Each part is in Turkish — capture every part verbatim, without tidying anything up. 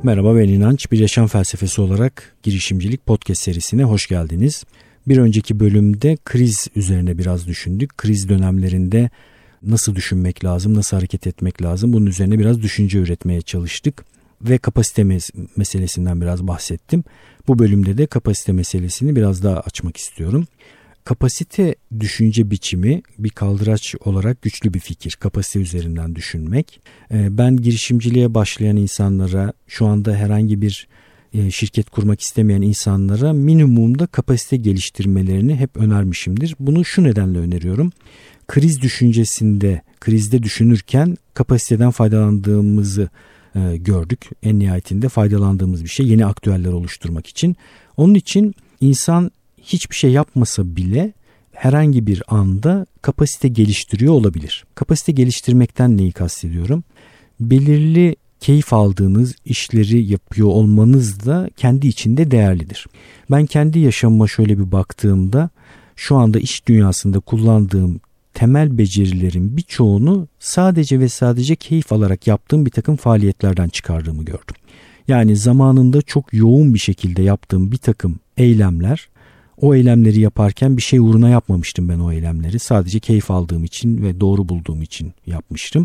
Merhaba, ben İnanç. Bir yaşam felsefesi olarak girişimcilik podcast serisine hoş geldiniz. Bir önceki bölümde kriz üzerine biraz düşündük. Kriz dönemlerinde nasıl düşünmek lazım, nasıl hareket etmek lazım, bunun üzerine biraz düşünce üretmeye çalıştık. Ve kapasite mes- meselesinden biraz bahsettim. Bu bölümde de kapasite meselesini biraz daha açmak istiyorum. Kapasite düşünce biçimi bir kaldıraç olarak güçlü bir fikir. Kapasite üzerinden düşünmek. Ben girişimciliğe başlayan insanlara, şu anda herhangi bir şirket kurmak istemeyen insanlara minimumda kapasite geliştirmelerini hep önermişimdir. Bunu şu nedenle öneriyorum. Kriz düşüncesinde, krizde düşünürken kapasiteden faydalandığımızı gördük. En nihayetinde faydalandığımız bir şey, yeni aktüeller oluşturmak için. Onun için insan hiçbir şey yapmasa bile herhangi bir anda kapasite geliştiriyor olabilir. Kapasite geliştirmekten neyi kastediyorum? Belirli keyif aldığınız işleri yapıyor olmanız da kendi içinde değerlidir. Ben kendi yaşamıma şöyle bir baktığımda şu anda iş dünyasında kullandığım temel becerilerin birçoğunu sadece ve sadece keyif alarak yaptığım bir takım faaliyetlerden çıkardığımı gördüm. Yani zamanında çok yoğun bir şekilde yaptığım bir takım eylemler, o eylemleri yaparken bir şey uğruna yapmamıştım ben o eylemleri. Sadece keyif aldığım için ve doğru bulduğum için yapmıştım.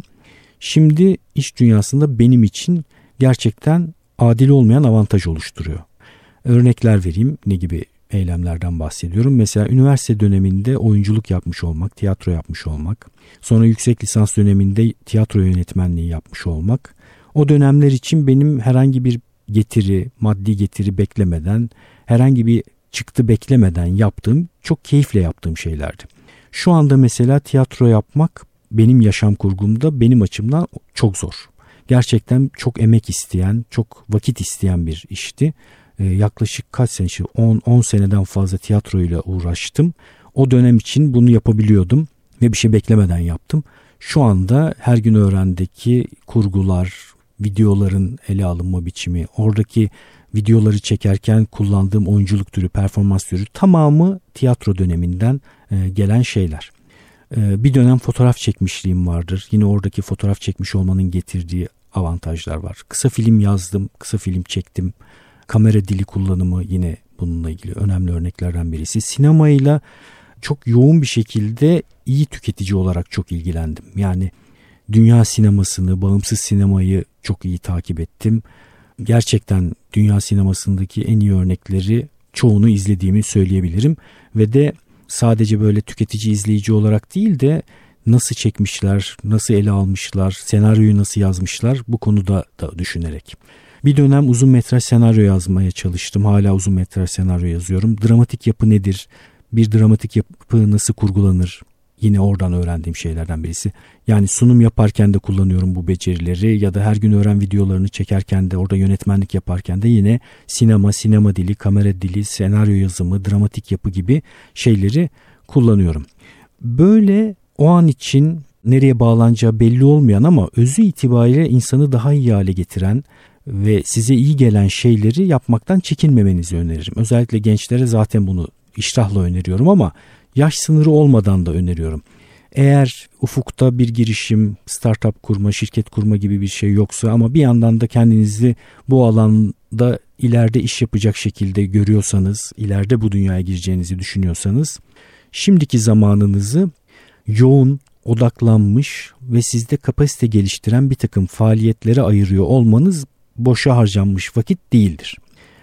Şimdi iş dünyasında benim için gerçekten adil olmayan avantaj oluşturuyor. Örnekler vereyim, ne gibi eylemlerden bahsediyorum. Mesela üniversite döneminde oyunculuk yapmış olmak, tiyatro yapmış olmak. Sonra yüksek lisans döneminde tiyatro yönetmenliği yapmış olmak. O dönemler için benim herhangi bir getiri, maddi getiri beklemeden, herhangi bir çıktı beklemeden yaptığım, çok keyifle yaptığım şeylerdi. Şu anda mesela tiyatro yapmak benim yaşam kurgumda benim açımdan çok zor. Gerçekten çok emek isteyen, çok vakit isteyen bir işti. Ee, yaklaşık kaç sene, on seneden fazla tiyatroyla uğraştım. O dönem için bunu yapabiliyordum ve bir şey beklemeden yaptım. Şu anda Her Gün Öğren'deki kurgular, videoların ele alınma biçimi, oradaki videoları çekerken kullandığım oyunculuk türü, performans türü tamamı tiyatro döneminden e, gelen şeyler. E, bir dönem fotoğraf çekmişliğim vardır. Yine oradaki fotoğraf çekmiş olmanın getirdiği avantajlar var. Kısa film yazdım, kısa film çektim. Kamera dili kullanımı yine bununla ilgili önemli örneklerden birisi. Sinemayla çok yoğun bir şekilde iyi tüketici olarak çok ilgilendim. Yani dünya sinemasını, bağımsız sinemayı çok iyi takip ettim. Gerçekten dünya sinemasındaki en iyi örnekleri çoğunu izlediğimi söyleyebilirim. Ve de sadece böyle tüketici, izleyici olarak değil de nasıl çekmişler, nasıl ele almışlar, senaryoyu nasıl yazmışlar, bu konuda da düşünerek. Bir dönem uzun metraj senaryo yazmaya çalıştım. Hala uzun metraj senaryo yazıyorum. Dramatik yapı nedir? Bir dramatik yapı nasıl kurgulanır? Yine oradan öğrendiğim şeylerden birisi. Yani sunum yaparken de kullanıyorum bu becerileri ya da Her Gün Öğren videolarını çekerken de, orada yönetmenlik yaparken de yine sinema, sinema dili, kamera dili, senaryo yazımı, dramatik yapı gibi şeyleri kullanıyorum. Böyle o an için nereye bağlanacağı belli olmayan ama özü itibariyle insanı daha iyi hale getiren ve size iyi gelen şeyleri yapmaktan çekinmemenizi öneririm. Özellikle gençlere zaten bunu iştahla öneriyorum ama yaş sınırı olmadan da öneriyorum. Eğer ufukta bir girişim, startup kurma, şirket kurma gibi bir şey yoksa ama bir yandan da kendinizi bu alanda ileride iş yapacak şekilde görüyorsanız, ileride bu dünyaya gireceğinizi düşünüyorsanız, şimdiki zamanınızı yoğun, odaklanmış ve sizde kapasite geliştiren bir takım faaliyetlere ayırıyor olmanız boşa harcanmış vakit değildir.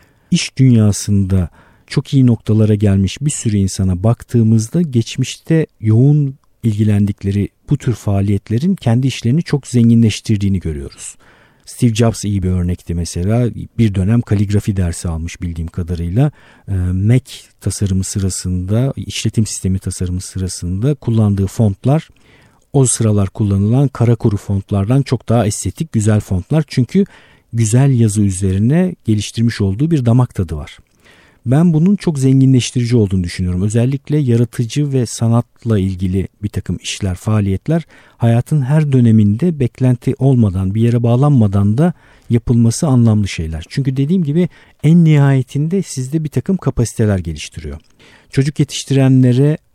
İş dünyasında çok iyi noktalara gelmiş bir sürü insana baktığımızda geçmişte yoğun ilgilendikleri bu tür faaliyetlerin kendi işlerini çok zenginleştirdiğini görüyoruz. Steve Jobs iyi bir örnekti mesela. Bir dönem kaligrafi dersi almış bildiğim kadarıyla. Mac tasarımı sırasında, işletim sistemi tasarımı sırasında kullandığı fontlar o sıralar kullanılan kara kuru fontlardan çok daha estetik, güzel fontlar. Çünkü güzel yazı üzerine geliştirmiş olduğu bir damak tadı var. Ben bunun çok zenginleştirici olduğunu düşünüyorum. Özellikle yaratıcı ve sanatla ilgili bir takım işler, faaliyetler hayatın her döneminde beklenti olmadan, bir yere bağlanmadan da yapılması anlamlı şeyler. Çünkü dediğim gibi en nihayetinde sizde bir takım kapasiteler geliştiriyor. Çocuk yetiştirenlere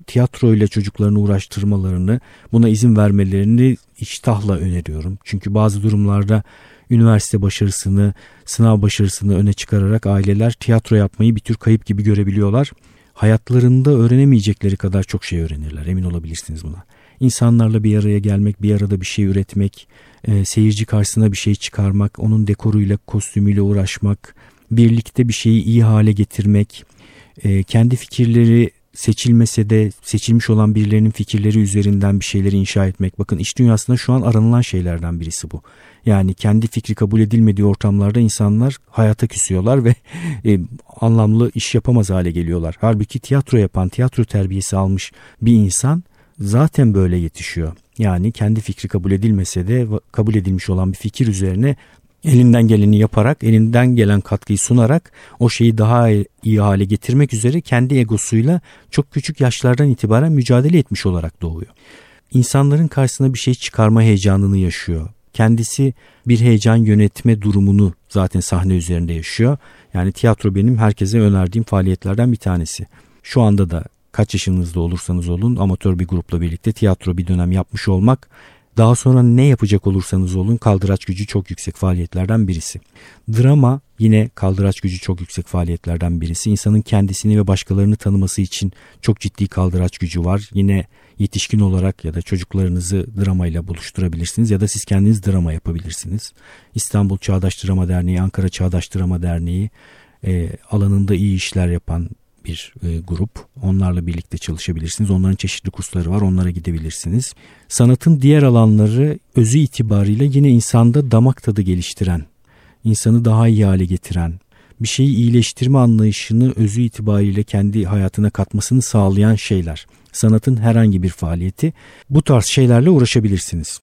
tiyatroyla çocuklarını uğraştırmalarını, buna izin vermelerini iştahla öneriyorum. Çünkü bazı durumlarda üniversite başarısını, sınav başarısını öne çıkararak aileler tiyatro yapmayı bir tür kayıp gibi görebiliyorlar. Hayatlarında öğrenemeyecekleri kadar çok şey öğrenirler, emin olabilirsiniz buna. İnsanlarla bir araya gelmek, bir arada bir şey üretmek, e, seyirci karşısına bir şey çıkarmak, onun dekoruyla, kostümüyle uğraşmak, birlikte bir şeyi iyi hale getirmek, e, kendi fikirleri seçilmese de seçilmiş olan birilerinin fikirleri üzerinden bir şeyleri inşa etmek. Bakın iş dünyasında şu an aranılan şeylerden birisi bu. Yani kendi fikri kabul edilmediği ortamlarda insanlar hayata küsüyorlar ve e, anlamlı iş yapamaz hale geliyorlar. Halbuki tiyatro yapan, tiyatro terbiyesi almış bir insan zaten böyle yetişiyor. Yani kendi fikri kabul edilmese de kabul edilmiş olan bir fikir üzerine elinden geleni yaparak, elinden gelen katkıyı sunarak o şeyi daha iyi hale getirmek üzere kendi egosuyla çok küçük yaşlardan itibaren mücadele etmiş olarak doğuyor. İnsanların karşısına bir şey çıkarma heyecanını yaşıyor. Kendisi bir heyecan yönetme durumunu zaten sahne üzerinde yaşıyor. Yani tiyatro benim herkese önerdiğim faaliyetlerden bir tanesi. Şu anda da kaç yaşınızda olursanız olun amatör bir grupla birlikte tiyatro bir dönem yapmış olmak, daha sonra ne yapacak olursanız olun kaldıraç gücü çok yüksek faaliyetlerden birisi. Drama yine kaldıraç gücü çok yüksek faaliyetlerden birisi. İnsanın kendisini ve başkalarını tanıması için çok ciddi kaldıraç gücü var. Yine yetişkin olarak ya da çocuklarınızı dramayla buluşturabilirsiniz ya da siz kendiniz drama yapabilirsiniz. İstanbul Çağdaş Drama Derneği, Ankara Çağdaş Drama Derneği e, alanında iyi işler yapan bir e, grup. Onlarla birlikte çalışabilirsiniz. Onların çeşitli kursları var. Onlara gidebilirsiniz. Sanatın diğer alanları özü itibariyle yine insanda damak tadı geliştiren, insanı daha iyi hale getiren, bir şeyi iyileştirme anlayışını özü itibariyle kendi hayatına katmasını sağlayan şeyler. Sanatın herhangi bir faaliyeti. Bu tarz şeylerle uğraşabilirsiniz.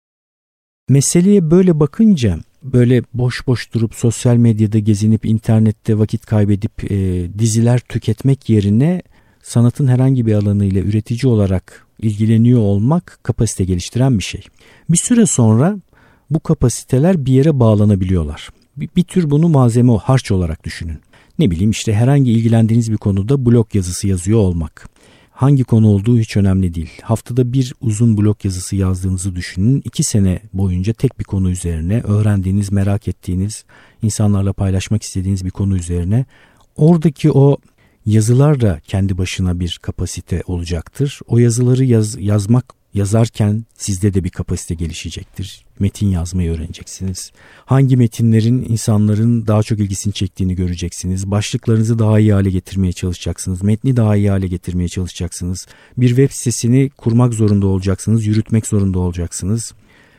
Meseleye böyle bakınca, böyle boş boş durup sosyal medyada gezinip internette vakit kaybedip e, diziler tüketmek yerine sanatın herhangi bir alanıyla üretici olarak ilgileniyor olmak kapasite geliştiren bir şey. Bir süre sonra bu kapasiteler bir yere bağlanabiliyorlar. Bir, bir tür bunu malzeme, harç olarak düşünün. Ne bileyim işte herhangi ilgilendiğiniz bir konuda blog yazısı yazıyor olmak. Hangi konu olduğu hiç önemli değil. Haftada bir uzun blog yazısı yazdığınızı düşünün. İki sene boyunca tek bir konu üzerine öğrendiğiniz, merak ettiğiniz, insanlarla paylaşmak istediğiniz bir konu üzerine. Oradaki o yazılar da kendi başına bir kapasite olacaktır. O yazıları yaz, yazmak, yazarken sizde de bir kapasite gelişecektir. Metin yazmayı öğreneceksiniz. Hangi metinlerin insanların daha çok ilgisini çektiğini göreceksiniz. Başlıklarınızı daha iyi hale getirmeye çalışacaksınız. Metni daha iyi hale getirmeye çalışacaksınız. Bir web sitesini kurmak zorunda olacaksınız. Yürütmek zorunda olacaksınız.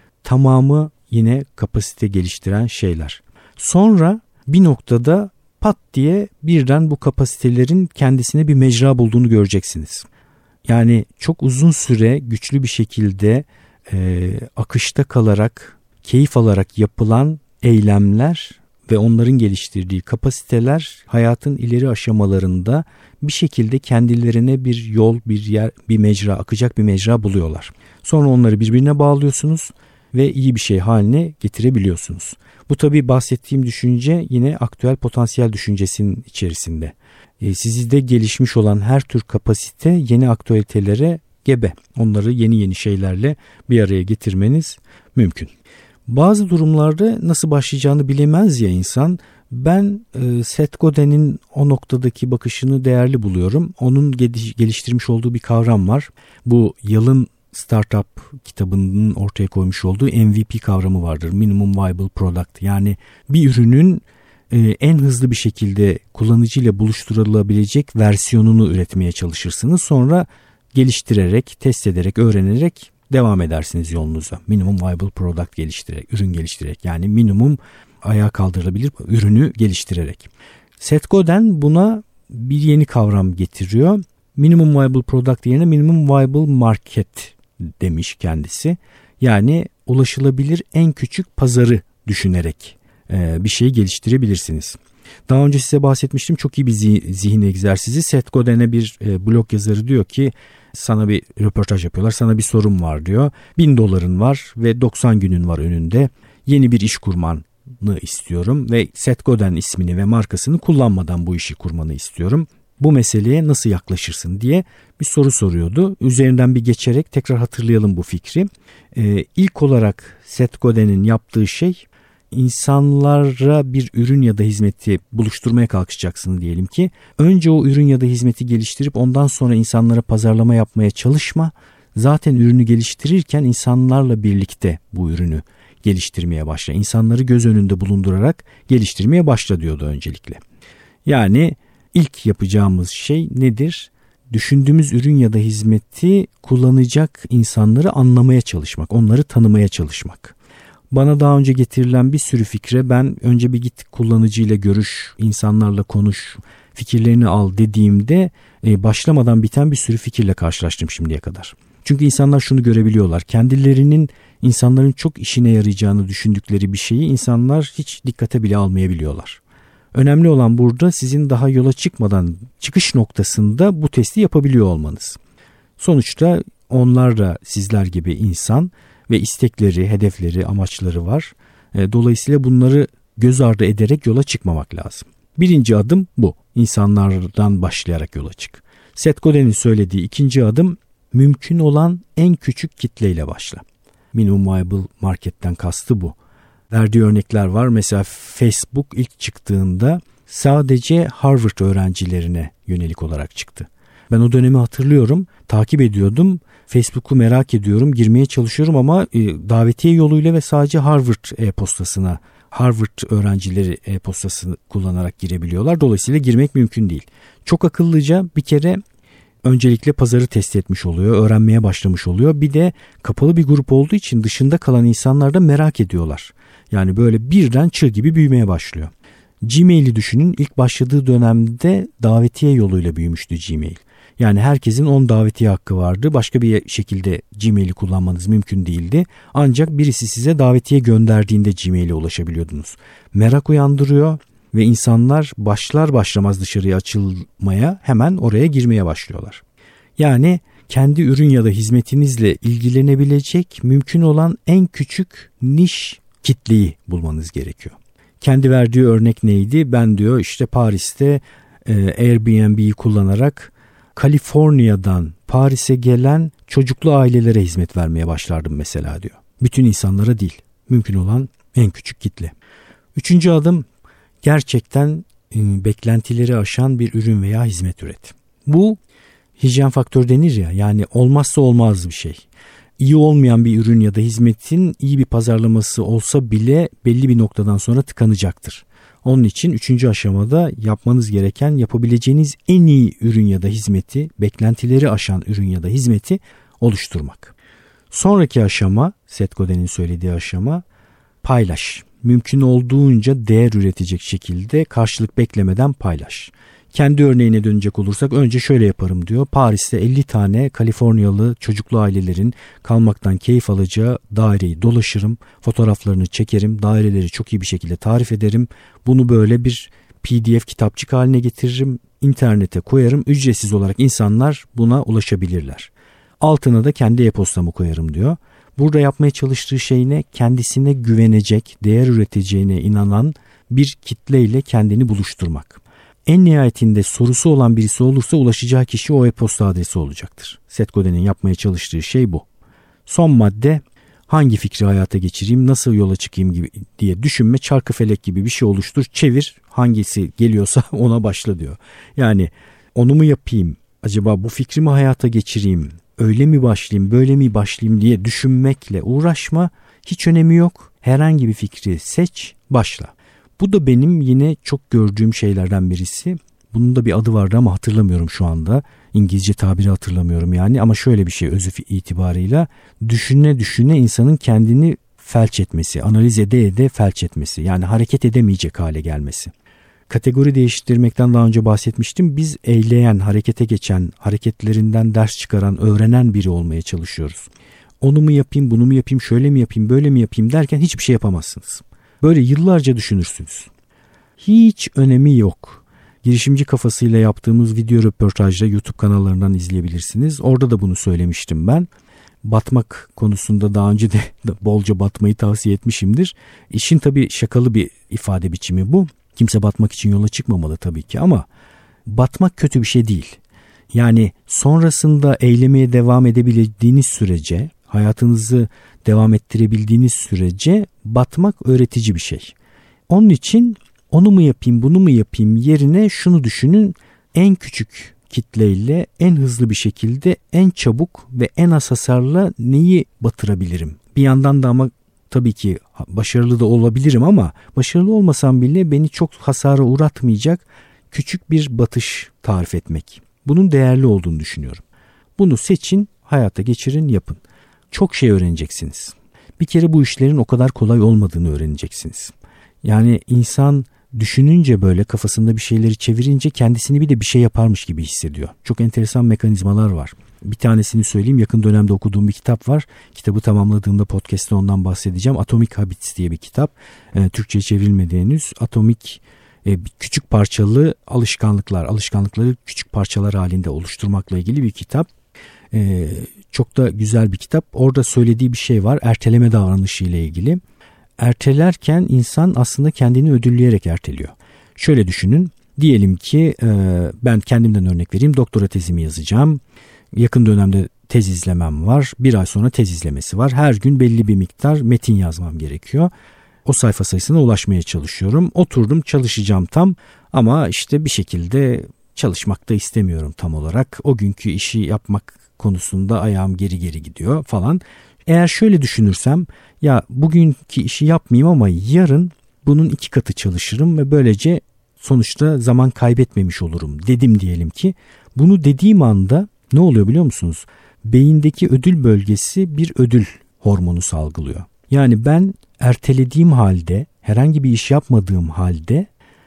Tamamı yine kapasite geliştiren şeyler. Sonra bir noktada pat diye birden bu kapasitelerin kendisine bir mecra bulduğunu göreceksiniz. Yani çok uzun süre güçlü bir şekilde e, akışta kalarak, keyif alarak yapılan eylemler ve onların geliştirdiği kapasiteler hayatın ileri aşamalarında bir şekilde kendilerine bir yol, bir yer, bir mecra, akacak bir mecra buluyorlar. Sonra onları birbirine bağlıyorsunuz ve iyi bir şey haline getirebiliyorsunuz. Bu tabii bahsettiğim düşünce yine aktüel potansiyel düşüncesinin içerisinde. Sizde gelişmiş olan her tür kapasite yeni aktüelitelere gebe. Onları yeni yeni şeylerle bir araya getirmeniz mümkün. Bazı durumlarda nasıl başlayacağını bilemez ya insan. Ben e, Seth Godin'in o noktadaki bakışını değerli buluyorum. Onun geliştirmiş olduğu bir kavram var. Bu Yalın Startup kitabının ortaya koymuş olduğu M V P kavramı vardır. Minimum Viable Product. Yani bir ürünün en hızlı bir şekilde kullanıcıyla buluşturulabilecek versiyonunu üretmeye çalışırsınız. Sonra geliştirerek, test ederek, öğrenerek devam edersiniz yolunuza. Minimum viable product geliştirerek, ürün geliştirerek. Yani minimum ayağa kaldırılabilir ürünü geliştirerek. Seth Godin buna bir yeni kavram getiriyor. Minimum viable product yerine minimum viable market demiş kendisi. Yani ulaşılabilir en küçük pazarı düşünerek bir şey geliştirebilirsiniz. Daha önce size bahsetmiştim, çok iyi bir zihin egzersizi. Seth Godin'e bir blog yazarı diyor ki sana bir röportaj yapıyorlar, sana bir sorun var diyor. Bin doların var ve doksan günün var önünde. Yeni bir iş kurmanı istiyorum ve Seth Godin ismini ve markasını kullanmadan bu işi kurmanı istiyorum. bu meseleye nasıl yaklaşırsın diye bir soru soruyordu. Üzerinden bir geçerek tekrar hatırlayalım bu fikri. Ee, ilk olarak Seth Godin'in yaptığı şey, insanlara bir ürün ya da hizmeti buluşturmaya kalkışacaksın diyelim ki. Önce o ürün ya da hizmeti geliştirip ondan sonra insanlara pazarlama yapmaya çalışma. Zaten ürünü geliştirirken insanlarla birlikte bu ürünü geliştirmeye başla. İnsanları göz önünde bulundurarak geliştirmeye başla diyordu öncelikle. Yani ilk yapacağımız şey nedir? Düşündüğümüz ürün ya da hizmeti kullanacak insanları anlamaya çalışmak, onları tanımaya çalışmak. Bana daha önce getirilen bir sürü fikre ben önce bir git kullanıcıyla görüş, insanlarla konuş, fikirlerini al dediğimde e, başlamadan biten bir sürü fikirle karşılaştım şimdiye kadar. Çünkü insanlar şunu görebiliyorlar. Kendilerinin insanların çok işine yarayacağını düşündükleri bir şeyi insanlar hiç dikkate bile almayabiliyorlar. Önemli olan burada sizin daha yola çıkmadan çıkış noktasında bu testi yapabiliyor olmanız. Sonuçta onlar da sizler gibi insan ve istekleri, hedefleri, amaçları var. Dolayısıyla bunları göz ardı ederek yola çıkmamak lazım. Birinci adım bu. İnsanlardan başlayarak yola çık. Seth Godin'in söylediği ikinci adım, mümkün olan en küçük kitleyle başla. Minimum viable market'ten kastı bu. Verdiği örnekler var. Mesela Facebook ilk çıktığında sadece Harvard öğrencilerine yönelik olarak çıktı. Ben o dönemi hatırlıyorum. Takip ediyordum. Facebook'u merak ediyorum. Girmeye çalışıyorum ama e, davetiye yoluyla ve sadece Harvard e-postasına, Harvard öğrencileri e-postasını kullanarak girebiliyorlar. Dolayısıyla girmek mümkün değil. Çok akıllıca bir kere öncelikle pazarı test etmiş oluyor, öğrenmeye başlamış oluyor. Bir de kapalı bir grup olduğu için dışında kalan insanlar da merak ediyorlar. Yani böyle birden çığ gibi büyümeye başlıyor. Gmail'i düşünün, ilk başladığı dönemde davetiye yoluyla büyümüştü Gmail. Yani herkesin on davetiye hakkı vardı. Başka bir şekilde Gmail'i kullanmanız mümkün değildi. Ancak birisi size davetiye gönderdiğinde Gmail'e ulaşabiliyordunuz. Merak uyandırıyor ve insanlar başlar başlamaz dışarıya açılmaya, hemen oraya girmeye başlıyorlar. Yani kendi ürün ya da hizmetinizle ilgilenebilecek mümkün olan en küçük niş kitleyi bulmanız gerekiyor. Kendi verdiği örnek neydi? Ben diyor işte Paris'te e, Airbnb'yi kullanarak Kaliforniya'dan Paris'e gelen çocuklu ailelere hizmet vermeye başlardım mesela diyor. Bütün insanlara değil. Mümkün olan en küçük kitle. Üçüncü adım, gerçekten e, beklentileri aşan bir ürün veya hizmet üret. Bu hijyen faktörü denir ya, yani olmazsa olmaz bir şey. İyi olmayan bir ürün ya da hizmetin iyi bir pazarlaması olsa bile belli bir noktadan sonra tıkanacaktır. Onun için üçüncü aşamada yapmanız gereken, yapabileceğiniz en iyi ürün ya da hizmeti, beklentileri aşan ürün ya da hizmeti oluşturmak. Sonraki aşama, Seth Godin'in söylediği aşama, paylaş. Mümkün olduğunca değer üretecek şekilde karşılık beklemeden paylaş. Kendi örneğine dönecek olursak önce şöyle yaparım diyor. Paris'te elli tane Kaliforniyalı çocuklu ailelerin kalmaktan keyif alacağı daireyi dolaşırım. Fotoğraflarını çekerim. Daireleri çok iyi bir şekilde tarif ederim. Bunu böyle bir P D F kitapçık haline getiririm. İnternete koyarım. Ücretsiz olarak insanlar buna ulaşabilirler. Altına da kendi e-postamı koyarım diyor. Burada yapmaya çalıştığı şey ne? Kendisine güvenecek, değer üreteceğine inanan bir kitleyle kendini buluşturmak. En nihayetinde sorusu olan birisi olursa ulaşacağı kişi o e-posta adresi olacaktır. Seth Godin'in yapmaya çalıştığı şey bu. Son madde, hangi fikri hayata geçireyim, nasıl yola çıkayım gibi diye düşünme, çarkıfelek gibi bir şey oluştur, çevir, hangisi geliyorsa ona başla diyor. Yani onu mu yapayım, acaba bu fikri mi hayata geçireyim, öyle mi başlayayım, böyle mi başlayayım diye düşünmekle uğraşma, hiç önemi yok. Herhangi bir fikri seç, başla. Bu da benim yine çok gördüğüm şeylerden birisi. Bunun da bir adı vardı ama hatırlamıyorum şu anda. İngilizce tabiri hatırlamıyorum yani. Ama şöyle bir şey özü itibarıyla, düşüne düşüne insanın kendini felç etmesi, analiz ede ede felç etmesi. Yani hareket edemeyecek hale gelmesi. Kategori değiştirmekten daha önce bahsetmiştim. Biz eyleyen, harekete geçen, hareketlerinden ders çıkaran, öğrenen biri olmaya çalışıyoruz. Onu mu yapayım, bunu mu yapayım, şöyle mi yapayım, böyle mi yapayım derken hiçbir şey yapamazsınız. Böyle yıllarca düşünürsünüz. Hiç önemi yok. Girişimci kafasıyla yaptığımız video röportajda YouTube kanallarından izleyebilirsiniz. Orada da bunu söylemiştim ben. Batmak konusunda daha önce de bolca batmayı tavsiye etmişimdir. İşin tabii şakalı bir ifade biçimi bu. Kimse batmak için yola çıkmamalı tabii ki ama batmak kötü bir şey değil. Yani sonrasında eylemeye devam edebildiğiniz sürece, hayatınızı devam ettirebildiğiniz sürece batmak öğretici bir şey. Onun için onu mu yapayım, bunu mu yapayım yerine şunu düşünün: en küçük kitleyle en hızlı bir şekilde, en çabuk ve en az hasarla neyi batırabilirim? Bir yandan da ama tabii ki başarılı da olabilirim ama başarılı olmasam bile beni çok hasara uğratmayacak küçük bir batış tarif etmek. Bunun değerli olduğunu düşünüyorum. Bunu seçin, hayata geçirin, yapın. Çok şey öğreneceksiniz. Bir kere bu işlerin o kadar kolay olmadığını öğreneceksiniz. Yani insan düşününce, böyle kafasında bir şeyleri çevirince kendisini bir de bir şey yaparmış gibi hissediyor. Çok enteresan mekanizmalar var. Bir tanesini söyleyeyim. Yakın dönemde okuduğum bir kitap var. Kitabı tamamladığımda podcast'te ondan bahsedeceğim. Atomic Habits diye bir kitap. E, Türkçe'ye çevrilmedi henüz. Atomik e, küçük parçalı alışkanlıklar, alışkanlıkları küçük parçalar halinde oluşturmakla ilgili bir kitap. E, çok da güzel bir kitap. Orada söylediği bir şey var. Erteleme davranışı ile ilgili. Ertelerken insan aslında kendini ödülleyerek erteliyor. Şöyle düşünün. Diyelim ki e, ben kendimden örnek vereyim. Doktora tezimi yazacağım. Yakın dönemde tez izlemem var. Bir ay sonra tez izlemesi var. Her gün belli bir miktar metin yazmam gerekiyor. O sayfa sayısına ulaşmaya çalışıyorum. Oturdum, çalışacağım tam ama işte bir şekilde çalışmak da istemiyorum tam olarak. O günkü işi yapmak konusunda ayağım geri geri gidiyor falan. Eğer şöyle düşünürsem, ya bugünkü işi yapmayayım ama yarın bunun iki katı çalışırım ve böylece sonuçta zaman kaybetmemiş olurum dedim diyelim ki. Bunu dediğim anda ne oluyor biliyor musunuz? Beyindeki ödül bölgesi bir ödül hormonu salgılıyor. Yani ben ertelediğim halde, herhangi bir iş yapmadığım halde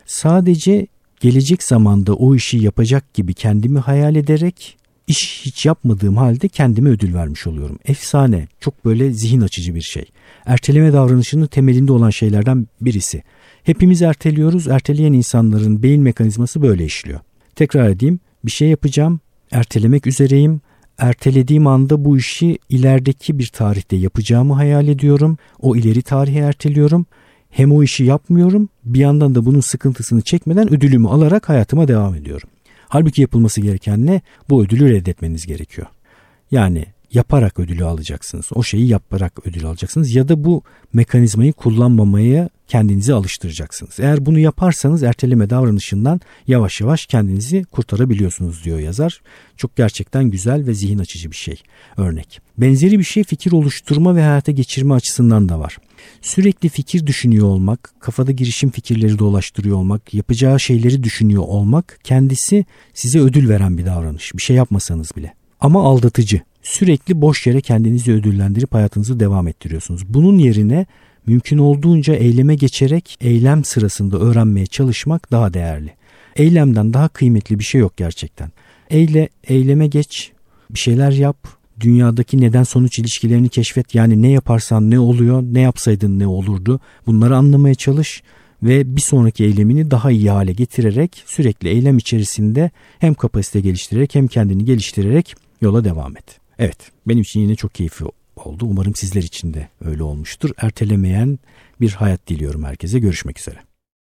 sadece gelecek zamanda o işi yapacak gibi kendimi hayal ederek iş hiç yapmadığım halde kendime ödül vermiş oluyorum. Efsane, çok böyle zihin açıcı bir şey. Erteleme davranışının temelinde olan şeylerden birisi. Hepimiz erteliyoruz. Erteleyen insanların beyin mekanizması böyle işliyor. Tekrar edeyim, bir şey yapacağım, ertelemek üzereyim. Ertelediğim anda bu işi ilerideki bir tarihte yapacağımı hayal ediyorum. O ileri tarihe erteliyorum. Hem o işi yapmıyorum, bir yandan da bunun sıkıntısını çekmeden ödülümü alarak hayatıma devam ediyorum. Halbuki yapılması gereken ne? Bu ödülü reddetmeniz gerekiyor. Yani yaparak ödülü alacaksınız. O şeyi yaparak ödül alacaksınız ya da bu mekanizmayı kullanmamaya kendinizi alıştıracaksınız. Eğer bunu yaparsanız erteleme davranışından yavaş yavaş kendinizi kurtarabiliyorsunuz diyor yazar. Çok gerçekten güzel ve zihin açıcı bir şey. Örnek. Benzeri bir şey fikir oluşturma ve hayata geçirme açısından da var. Sürekli fikir düşünüyor olmak, kafada girişim fikirleri dolaştırıyor olmak, yapacağı şeyleri düşünüyor olmak kendisi size ödül veren bir davranış. Bir şey yapmasanız bile. Ama aldatıcı. Sürekli boş yere kendinizi ödüllendirip hayatınızı devam ettiriyorsunuz. Bunun yerine mümkün olduğunca eyleme geçerek eylem sırasında öğrenmeye çalışmak daha değerli. Eylemden daha kıymetli bir şey yok gerçekten. Eyle, eyleme geç, bir şeyler yap, dünyadaki neden sonuç ilişkilerini keşfet. Yani ne yaparsan ne oluyor, ne yapsaydın ne olurdu, bunları anlamaya çalış ve bir sonraki eylemini daha iyi hale getirerek sürekli eylem içerisinde hem kapasite geliştirerek hem kendini geliştirerek yola devam et. Evet, benim için yine çok keyifli oldu. Umarım sizler için de öyle olmuştur. Ertelemeyen bir hayat diliyorum herkese. Görüşmek üzere.